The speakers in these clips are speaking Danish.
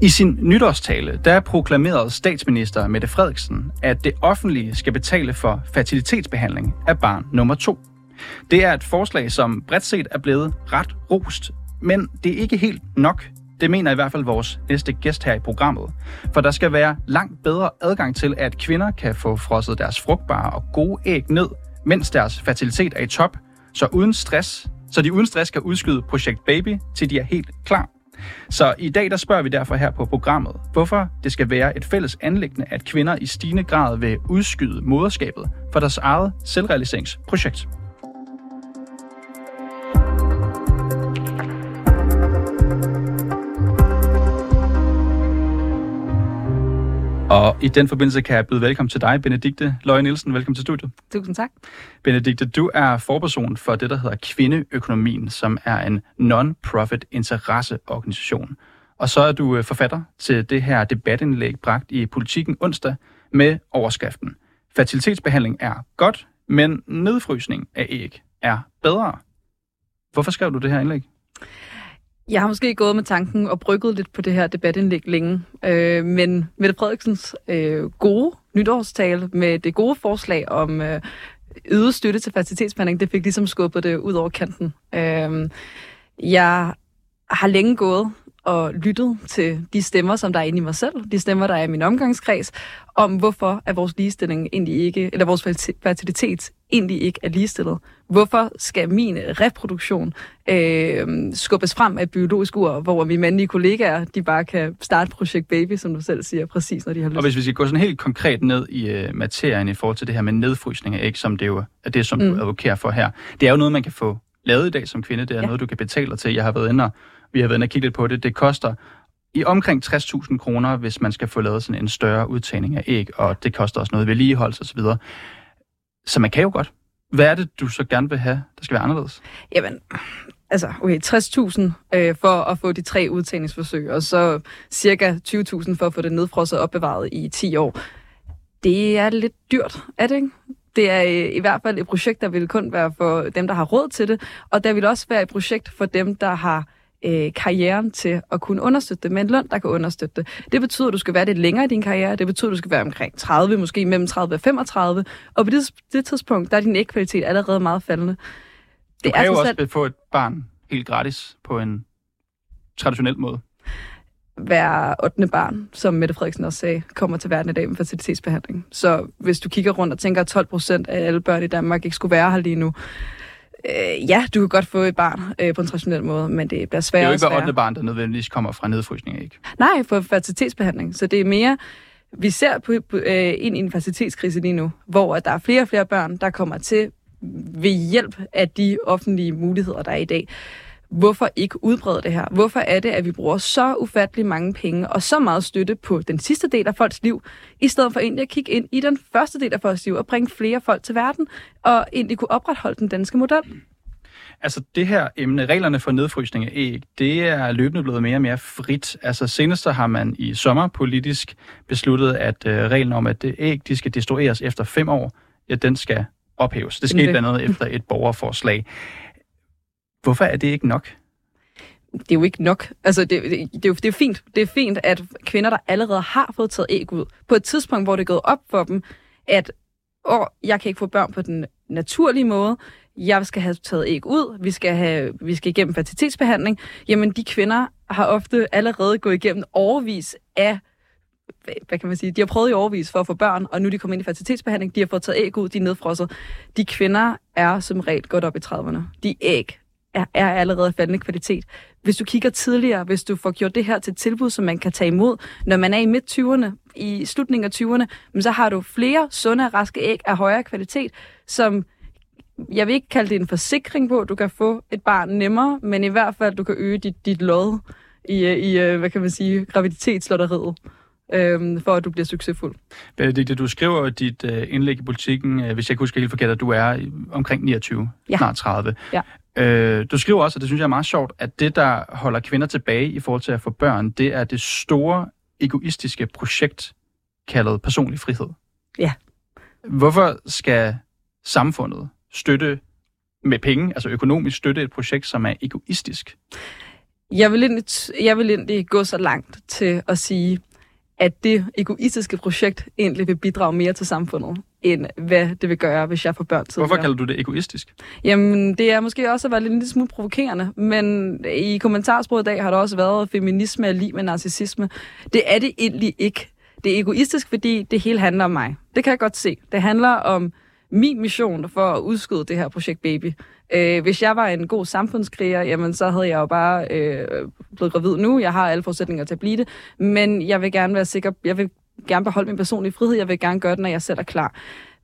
I sin nytårstale, der proklamerede statsminister Mette Frederiksen, at det offentlige skal betale for fertilitetsbehandling af barn nummer 2. Det er et forslag, som bredt set er blevet ret rost, men det er ikke helt nok. Det mener i hvert fald vores næste gæst her i programmet. For der skal være langt bedre adgang til, at kvinder kan få frosset deres frugtbare og gode æg ned, mens deres fertilitet er i top, så de uden stress kan udskyde projekt Baby, til de er helt klar. Så i dag der spørger vi derfor her på programmet, hvorfor det skal være et fælles anliggende, at kvinder i stigende grad vil udskyde moderskabet for deres eget selvrealiseringsprojekt. Og i den forbindelse kan jeg byde velkommen til dig, Benedikte Løje Nielsen. Velkommen til studiet. Tusind tak. Benedikte, du er forperson for det, der hedder Kvindeøkonomien, som er en non-profit interesseorganisation. Og så er du forfatter til det her debatindlæg bragt i Politiken onsdag med overskriften: Fertilitetsbehandling er godt, men nedfrysning af æg er bedre. Hvorfor skrev du det her indlæg? Jeg har måske gået med tanken og brygget lidt på det her debatindlæg længe, men Mette Frederiksens gode nytårstale med det gode forslag om øget støtte til fertilitetsbehandling, det fik ligesom skubbet det ud over kanten. Jeg har længe gået og lyttet til de stemmer, som der er inde i mig selv, de stemmer, der er i min omgangskreds, om hvorfor er vores ligestilling egentlig ikke, eller vores fertilitet egentlig ikke er ligestillet. Hvorfor skal min reproduktion skubbes frem af et biologisk ur, hvor mine mandlige kollegaer, de bare kan starte projekt Baby, som du selv siger, præcis når de har lyst. Og hvis vi skal gå sådan helt konkret ned i materien i forhold til det her med nedfrysning af æg, som det jo er det, som du advokerer for her. Det er jo noget, man kan få lavet i dag som kvinde. Det er noget, du kan betale til. Jeg har været inde og vi har været inde og kigge lidt på det. Det koster i omkring 60.000 kroner, hvis man skal få lavet sådan en større udtagning af æg, og det koster også noget vedligeholdelse osv. Så man kan jo godt. Hvad er det, du så gerne vil have, der skal være anderledes? Jamen, altså, okay, 60.000 for at få de 3 udtagningsforsøg, og så cirka 20.000 for at få det nedfrosset og opbevaret i 10 år. Det er lidt dyrt, er det ikke? Det er i hvert fald et projekt, der vil kun være for dem, der har råd til det, og der vil også være et projekt for dem, der har karrieren til at kunne understøtte det med en løn, der kan understøtte det. Det betyder, at du skal være lidt længere i din karriere. Det betyder, at du skal være omkring 30, måske mellem 30 og 35. Og på det tidspunkt, der er din ægkvalitet allerede meget faldende. Du kan jo også få et barn helt gratis på en traditionel måde. Hver 8. barn, som Mette Frederiksen også sagde, kommer til verden i dag med fertilitetsbehandling. Så hvis du kigger rundt og tænker, at 12% af alle børn i Danmark ikke skulle være her lige nu, ja, du kan godt få et barn på en traditionel måde, men det bliver sværere og sværere. Det er jo ikke hver 8. barn, der nødvendigvis kommer fra nedfrysning af æg. Nej, for fertilitetsbehandling. Så det er mere, vi ser ind i en fertilitetskrise lige nu, hvor der er flere og flere børn, der kommer til ved hjælp af de offentlige muligheder, der er i dag. Hvorfor ikke udbrede det her? Hvorfor er det, at vi bruger så ufattelig mange penge og så meget støtte på den sidste del af folks liv, i stedet for egentlig at kigge ind i den første del af folks liv og bringe flere folk til verden og egentlig kunne opretholde den danske model? Altså det her emne, reglerne for nedfrysning af æg, det er løbende blevet mere og mere frit. Altså senest har man i sommer politisk besluttet, at reglen om, at æg de skal destrueres efter 5 år, ja, den skal ophæves. Det skete blandt andet efter et borgerforslag. Hvorfor er det ikke nok? Det er jo ikke nok. Altså, det er fint. Det er fint, at kvinder, der allerede har fået taget æg ud, på et tidspunkt, hvor det er gået op for dem, at jeg kan ikke få børn på den naturlige måde, jeg skal have taget æg ud, vi skal igennem fertilitetsbehandling. Jamen, de kvinder har ofte allerede gået igennem årevis af, hvad kan man sige, de har prøvet i årevis for at få børn, og nu er de kommet ind i fertilitetsbehandling, de har fået taget æg ud, de er nedfrosset. De kvinder er som regel godt op i 30'erne. De æg er allerede faldende kvalitet. Hvis du kigger tidligere, hvis du får gjort det her til et tilbud, som man kan tage imod, når man er i midt-20'erne, i slutningen af 20'erne, så har du flere sunde og raske æg af højere kvalitet, som jeg vil ikke kalde det en forsikring på, du kan få et barn nemmere, men i hvert fald, du kan øge dit lod i hvad kan man sige, graviditetslotteriet, for at du bliver succesfuld. Benedikte, du skriver dit indlæg i Politiken, hvis jeg ikke husker helt forkert, at du er omkring 29, snart 30. Ja. Du skriver også, og det synes jeg er meget sjovt, at det, der holder kvinder tilbage i forhold til at få børn, det er det store egoistiske projekt, kaldet personlig frihed. Ja. Hvorfor skal samfundet støtte med penge, altså økonomisk støtte et projekt, som er egoistisk? Jeg vil egentlig gå så langt til at sige, at det egoistiske projekt egentlig vil bidrage mere til samfundet, end hvad det vil gøre, hvis jeg får børn tidligere. Hvorfor kalder du det egoistisk? Jamen, det er måske også at være lidt smule provokerende, men i kommentarsporet i dag har der også været feminisme er lig med narcissisme. Det er det egentlig ikke. Det er egoistisk, fordi det hele handler om mig. Det kan jeg godt se. Det handler om min mission for at udskyde det her projekt baby. Hvis jeg var en god samfundskriger, jamen så havde jeg jo bare blevet gravid nu. Jeg har alle forudsætninger til at blive det, men jeg vil gerne være sikker. Jeg vil gerne beholde min personlige frihed. Jeg vil gerne gøre det, når jeg selv er klar.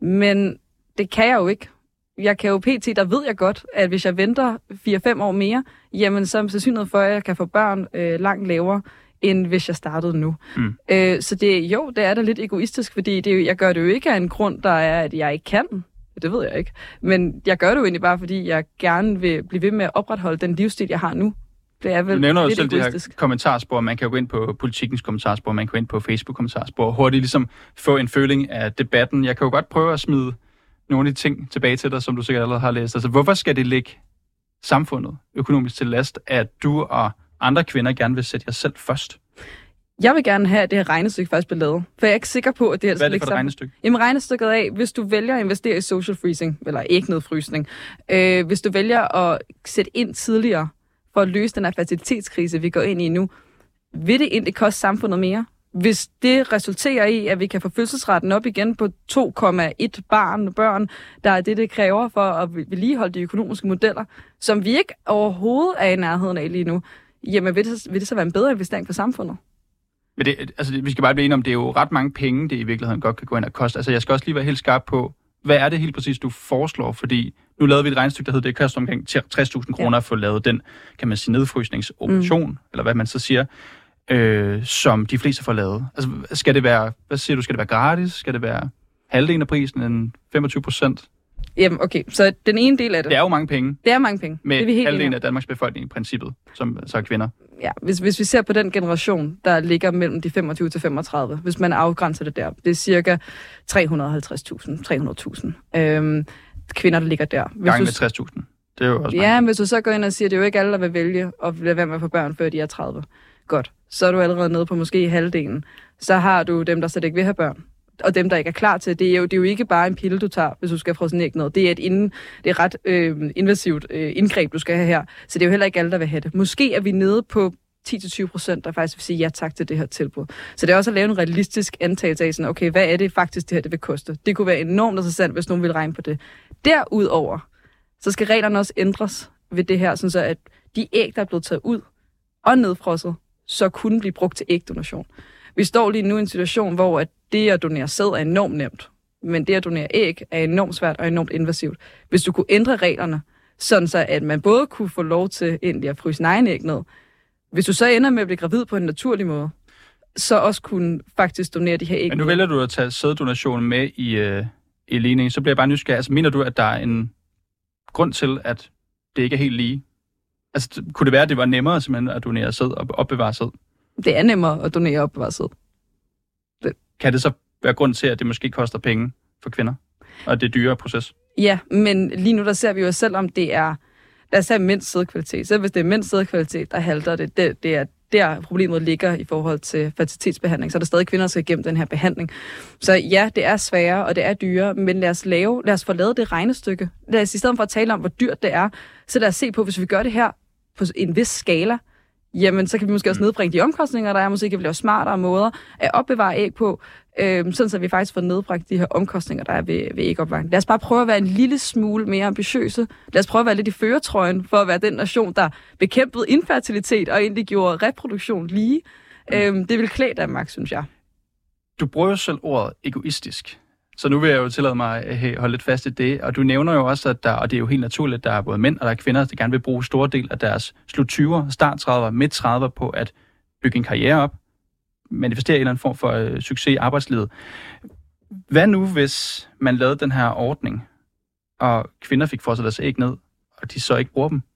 Men det kan jeg jo ikke. Jeg kan jo pt. Der ved jeg godt, at hvis jeg venter 4-5 år mere, jamen så er sandsynligheden for, at jeg kan få børn langt lavere, end hvis jeg startede nu. Så det er da lidt egoistisk, fordi jeg gør det jo ikke af en grund, der er, at jeg ikke kan. Det ved jeg ikke. Men jeg gør det jo egentlig bare, fordi jeg gerne vil blive ved med at opretholde den livsstil, jeg har nu. Det er vel du nævner jo selv egoistisk. De her kommentarspor. Man kan jo gå ind på Politikens kommentarspor, man kan gå ind på Facebook-kommentarspor, hurtigt ligesom få en føling af debatten. Jeg kan jo godt prøve at smide nogle af de ting tilbage til dig, som du sikkert allerede har læst. Altså, hvorfor skal det ligge samfundet økonomisk til last, at du og andre kvinder gerne vil sætte jer selv først? Jeg vil gerne have, at det her regnestykke faktisk bliver lavet. For jeg er ikke sikker på, at det her... Hvad er det for et regnestykke? Jamen regnestykket af, hvis du vælger at investere i social freezing, eller ikke nedfrysning, hvis du vælger at sætte ind tidligere for at løse den her fertilitetskrise, vi går ind i nu, vil det egentlig koste samfundet mere? Hvis det resulterer i, at vi kan få fødselsraten op igen på 2,1 børn, der er det kræver for at vedligeholde de økonomiske modeller, som vi ikke overhovedet er i nærheden af lige nu, jamen vil det så være en bedre investering for samfundet? Men vi skal bare blive enige om, det er jo ret mange penge, det i virkeligheden godt kan gå ind og koste. Altså, jeg skal også lige være helt skarp på, hvad er det helt præcis, du foreslår? Fordi nu lavede vi et regnestykke, der hedder, det koster omkring 60.000 kroner at få lavet den, kan man sige, nedfrysningsoperation, eller hvad man så siger, som de fleste får lavet. Altså, skal det være, hvad siger du, skal det være gratis? Skal det være halvdelen af prisen, en 25%? Jamen, okay, så den ene del af det... Det er jo mange penge. Det er mange penge. Med det er vi helt halvdelen af Danmarks befolkning i princippet, som så er kvinder. Ja, hvis vi ser på den generation, der ligger mellem de 25 til 35, hvis man afgrænser det der, det er cirka 350.000, 300.000 kvinder, der ligger der. Gang med 60.000. Det er jo også mange. Hvis du så går ind og siger, at det er jo ikke alle, der vil vælge at lade være med at få børn, før de er 30. Godt. Så er du allerede nede på måske halvdelen. Så har du dem, der slet ikke vil have børn. Og dem, der ikke er klar til det, er jo ikke bare en pille, du tager, hvis du skal fryse en æg ned. Det er et ret invasivt indgreb, du skal have her. Så det er jo heller ikke alle, der vil have det. Måske er vi nede på 10-20%, der faktisk vil sige ja tak til det her tilbud. Så det er også at lave en realistisk antagelse af, sådan, okay, hvad er det faktisk, det her det vil koste? Det kunne være enormt interessant, hvis nogen vil regne på det. Derudover, så skal reglerne også ændres ved det her, sådan så at de æg, der er blevet taget ud og nedfrosset, så kunne blive brugt til ægdonation. Vi står lige nu i en situation, hvor at det at donere sæd er enormt nemt, men det at donere æg er enormt svært og enormt invasivt. Hvis du kunne ændre reglerne, sådan så at man både kunne få lov til egentlig at fryse egen æg ned, hvis du så ender med at blive gravid på en naturlig måde, så også kunne faktisk donere de her æg. Men nu vælger du at tage sæddonation med i ligningen, så bliver jeg bare nysgerrig. Altså, mener du, at der er en grund til, at det ikke er helt lige? Altså, kunne det være, at det var nemmere simpelthen at donere sæd og opbevare sæd? Det er nemmere at donere og opbevare sæd. Kan det så være grund til, at det måske koster penge for kvinder? Og det er dyrere proces? Ja, men lige nu der ser vi jo selv, om det er, lad os sige, mænds sædkvalitet. Så hvis det er mænds sædkvalitet, der halter det, det er der problemet ligger i forhold til fertilitetsbehandling. Så er der stadig kvinder, der skal igennem den her behandling. Så ja, det er sværere, og det er dyrere, men lad os få lavet det regnestykke. Lad os i stedet for at tale om, hvor dyrt det er, så lad os se på, hvis vi gør det her på en vis skala, jamen så kan vi måske også nedbringe de omkostninger, der er. Måske kan vi lave smartere måder at opbevare æg på, sådan så vi faktisk får nedbragt de her omkostninger, der er ved ægopbevaring. Lad os bare prøve at være en lille smule mere ambitiøse. Lad os prøve at være lidt i førertrøjen for at være den nation, der bekæmpede infertilitet og egentlig gjorde reproduktion lige. Det vil klæde Danmark, synes jeg. Du bruger jo selv ordet egoistisk. Så nu vil jeg jo tillade mig at holde lidt fast i det. Og du nævner jo også, at og det er jo helt naturligt, at der er både mænd og der er kvinder, der gerne vil bruge store del af deres slut 20'er, start 30'er, midt 30'er på at bygge en karriere op, manifestere en eller anden form for succes i arbejdslivet. Hvad nu, hvis man lavede den her ordning, og kvinder fik frosset deres æg ned, og de så ikke bruger dem?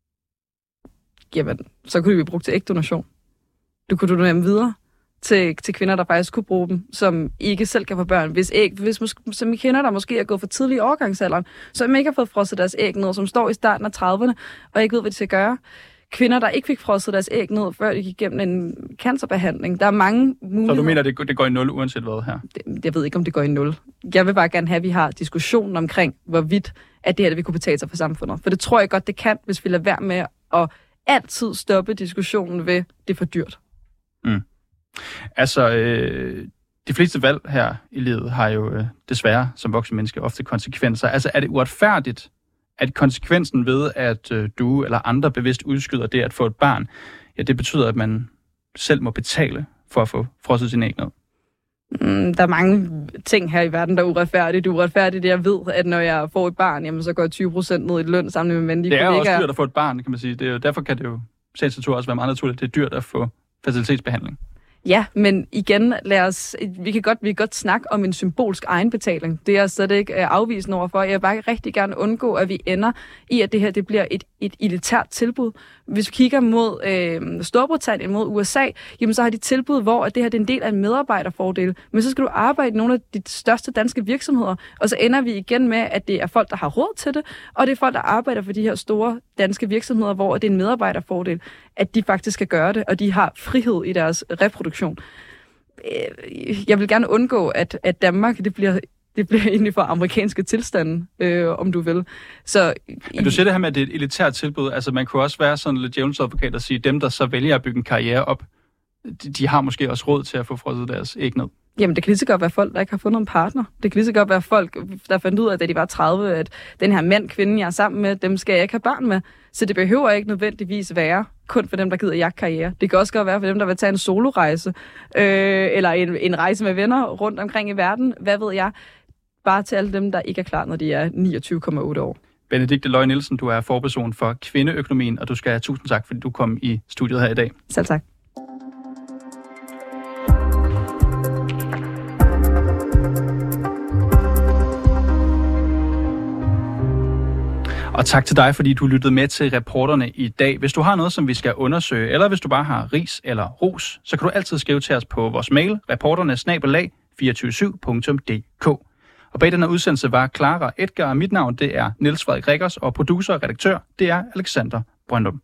Jamen, så kunne de blive brugt til ægdonation. Du kunne donere dem videre til kvinder, der faktisk kunne bruge dem, som ikke selv kan få børn. Som I kender, der måske er gået for tidlig i overgangsalderen, som ikke har fået frosset deres æg ned, som står i starten af 30'erne, og ikke ved, hvad de skal gøre. kvinder, der ikke fik frosset deres æg ned, før de gik igennem en cancerbehandling. Der er mange muligheder. Så du mener, det går i nul uanset hvad her? Jeg ved ikke, om det går i nul. Jeg vil bare gerne have, at vi har diskussionen omkring, hvorvidt at det her, det vi kunne betale sig for samfundet. For det tror jeg godt, det kan, hvis vi lader være med at altid stoppe diskussionen ved, det er for dyrt. Mm. Altså, de fleste valg her i livet har jo desværre som voksen menneske ofte konsekvenser. Altså, er det uretfærdigt, at konsekvensen ved, at du eller andre bevidst udskyder det at få et barn, ja, det betyder, at man selv må betale for at få frosset sin æg ned? Der er mange ting her i verden, der er uretfærdigt. Det er uretfærdigt, jeg ved, at når jeg får et barn, jamen, så går 20% ned i løn sammen med mandlige kollegaer. Det er også dyrt at få et barn, kan man sige. Det er jo, derfor kan det jo sagens natur også være meget naturligt, det er dyrt at få fertilitetsbehandling. Ja, men igen, vi kan godt snakke om en symbolsk egenbetaling. Det er jeg slet ikke afvisende overfor. Jeg vil bare rigtig gerne undgå, at vi ender i, at det her det bliver et elitært tilbud. Hvis vi kigger mod Storbritannien, mod USA, jamen så har de tilbud, hvor det her det er en del af en medarbejderfordel. Men så skal du arbejde i nogle af de største danske virksomheder, og så ender vi igen med, at det er folk, der har råd til det, og det er folk, der arbejder for de her store danske virksomheder, hvor det er en medarbejderfordel, at de faktisk skal gøre det, og de har frihed i deres reproduktion. Jeg vil gerne undgå, at Danmark det bliver egentlig for amerikanske tilstande, om du vil. Så, men du siger det her med, at det er et elitært tilbud. Altså man kunne også være sådan lidt djævelens advokat og sige, dem der så vælger at bygge en karriere op, de har måske også råd til at få frosset deres æg ned. Jamen, det kan lige så godt være folk, der ikke har fundet en partner. Det kan lige så godt være folk, der fandt ud af, da de var 30, at den her mand, kvinde, jeg er sammen med, dem skal jeg ikke have børn med. Så det behøver ikke nødvendigvis være kun for dem, der gider jagtkarriere. Det kan også godt være for dem, der vil tage en solorejse, eller en rejse med venner rundt omkring i verden. Hvad ved jeg? Bare til alle dem, der ikke er klar, når de er 29,8 år. Benedikte Løje Nielsen, du er forperson for kvindeøkonomien, og du skal have tusind tak, fordi du kom i studiet her i dag. Selv tak. Og tak til dig, fordi du lyttede med til reporterne i dag. Hvis du har noget, som vi skal undersøge, eller hvis du bare har ris eller ros, så kan du altid skrive til os på vores mail, reporterne@247.dk. Og bag den her udsendelse var Clara Edgar, og mit navn det er Niels Frederik Rikkers, og producer og redaktør det er Alexander Brøndum.